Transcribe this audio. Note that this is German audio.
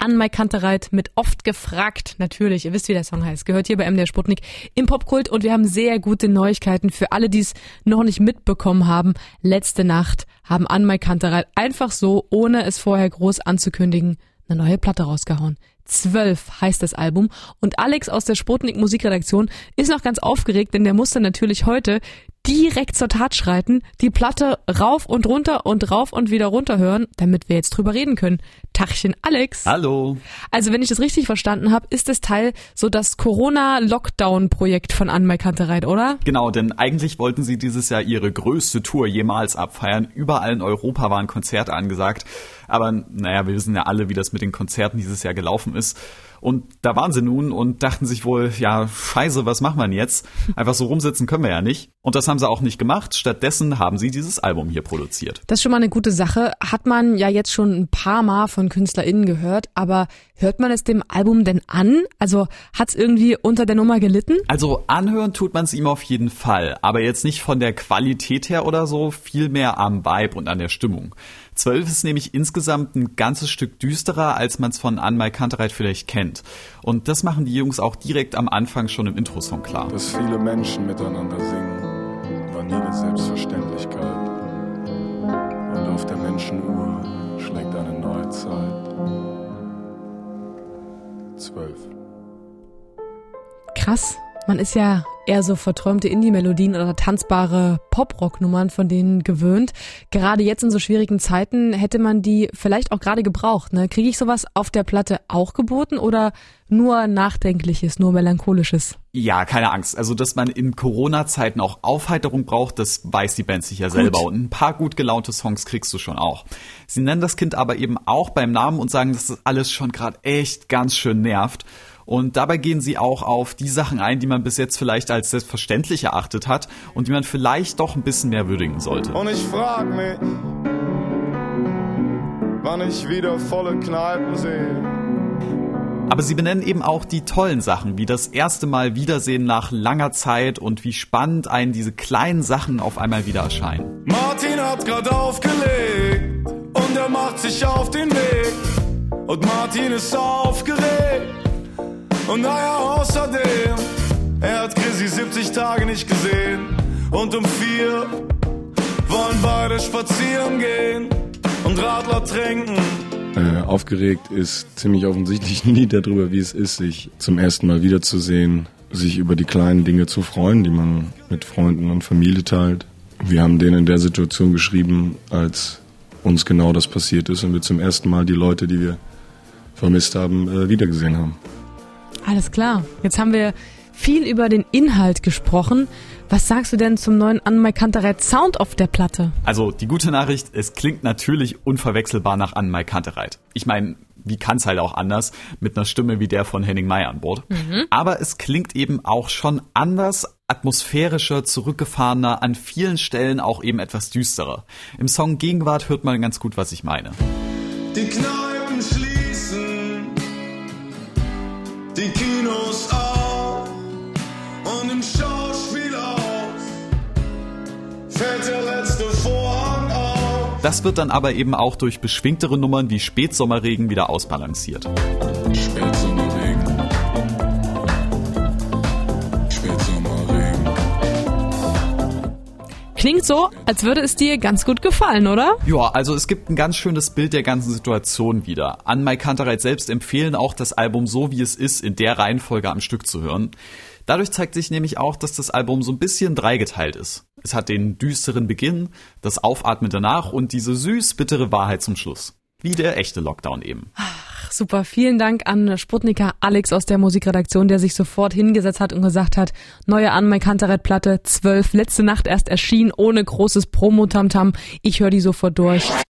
Anne-Mai Kantereit mit Oft gefragt. Natürlich, ihr wisst, wie der Song heißt. Gehört hier bei MDR Sputnik im Popkult. Und wir haben sehr gute Neuigkeiten für alle, die es noch nicht mitbekommen haben. Letzte Nacht haben Anne-Mai Kantereit einfach so, ohne es vorher groß anzukündigen, eine neue Platte rausgehauen. 12 heißt das Album. Und Alex aus der Sputnik Musikredaktion ist noch ganz aufgeregt, denn der musste natürlich heute direkt zur Tat schreiten, die Platte rauf und runter und rauf und wieder runter hören, damit wir jetzt drüber reden können. Tachchen, Alex. Hallo. Also wenn ich das richtig verstanden habe, ist das Teil so das Corona-Lockdown-Projekt von Anne-Mai Kantereit, oder? Genau, denn eigentlich wollten sie dieses Jahr ihre größte Tour jemals abfeiern. Überall in Europa waren Konzerte angesagt. Aber naja, wir wissen ja alle, wie das mit den Konzerten dieses Jahr gelaufen ist. Und da waren sie nun und dachten sich wohl, ja, scheiße, was machen wir denn jetzt? Einfach so rumsitzen können wir ja nicht. Und das haben sie auch nicht gemacht. Stattdessen haben sie dieses Album hier produziert. Das ist schon mal eine gute Sache. Hat man ja jetzt schon ein paar Mal von KünstlerInnen gehört. Aber hört man es dem Album denn an? Also hat's irgendwie unter der Nummer gelitten? Also anhören tut man es ihm auf jeden Fall. Aber jetzt nicht von der Qualität her oder so, vielmehr am Vibe und an der Stimmung. 12 ist nämlich insgesamt ein ganzes Stück düsterer, als man es von Anne-Mai Kantereit vielleicht kennt. Und das machen die Jungs auch direkt am Anfang schon im Intro-Song klar. Dass viele Menschen miteinander singen, war nie eine Selbstverständlichkeit. Und auf der Menschenuhr schlägt eine neue Zeit. 12. Krass. Man ist ja eher so verträumte Indie-Melodien oder tanzbare Pop-Rock-Nummern von denen gewöhnt. Gerade jetzt in so schwierigen Zeiten hätte man die vielleicht auch gerade gebraucht. Ne? Kriege ich sowas auf der Platte auch geboten oder nur Nachdenkliches, nur Melancholisches? Ja, keine Angst. Also, dass man in Corona-Zeiten auch Aufheiterung braucht, das weiß die Band sicher selber. Und ein paar gut gelaunte Songs kriegst du schon auch. Sie nennen das Kind aber eben auch beim Namen und sagen, dass das alles schon gerade echt ganz schön nervt. Und dabei gehen sie auch auf die Sachen ein, die man bis jetzt vielleicht als selbstverständlich erachtet hat und die man vielleicht doch ein bisschen mehr würdigen sollte. Und ich frag mich, wann ich wieder volle Kneipen sehe. Aber sie benennen eben auch die tollen Sachen, wie das erste Mal Wiedersehen nach langer Zeit und wie spannend einen diese kleinen Sachen auf einmal wieder erscheinen. Martin hat grad aufgelegt und er macht sich auf den Weg. Und Martin ist aufgeregt. Und naja, außerdem, er hat Chrissy 70 Tage nicht gesehen. Und um 4 wollen beide spazieren gehen und Radler trinken. Aufgeregt ist ziemlich offensichtlich ein Lied darüber, wie es ist, sich zum ersten Mal wiederzusehen, sich über die kleinen Dinge zu freuen, die man mit Freunden und Familie teilt. Wir haben den in der Situation geschrieben, als uns genau das passiert ist und wir zum ersten Mal die Leute, die wir vermisst haben, wiedergesehen haben. Alles klar. Jetzt haben wir viel über den Inhalt gesprochen. Was sagst du denn zum neuen Anne-Mai Kantereit Sound auf der Platte? Also die gute Nachricht, es klingt natürlich unverwechselbar nach Anne-Mai Kantereit. Ich meine, wie kann es halt auch anders mit einer Stimme wie der von Henning May an Bord. Aber es klingt eben auch schon anders, atmosphärischer, zurückgefahrener, an vielen Stellen auch eben etwas düsterer. Im Song Gegenwart hört man ganz gut, was ich meine. Die Kneipen schließen, die Kinos auf und im Schauspielhaus fällt der letzte Vorhang auf. Das wird dann aber eben auch durch beschwingtere Nummern wie Spätsommerregen wieder ausbalanciert. Spätsommerregen. Spätsommerregen. Klingt so, als würde es dir ganz gut gefallen, oder? Ja, also es gibt ein ganz schönes Bild der ganzen Situation wieder. Anne-Mai Kantereit selbst empfehlen auch, das Album so wie es ist, in der Reihenfolge am Stück zu hören. Dadurch zeigt sich nämlich auch, dass das Album so ein bisschen dreigeteilt ist. Es hat den düsteren Beginn, das Aufatmen danach und diese süß-bittere Wahrheit zum Schluss. Wie der echte Lockdown eben. Ach, super. Vielen Dank an Sputniker Alex aus der Musikredaktion, der sich sofort hingesetzt hat und gesagt hat, neue Anne-Mai Kantereit Platte 12, letzte Nacht erst erschienen, ohne großes Promo-Tamtam. Ich höre die sofort durch.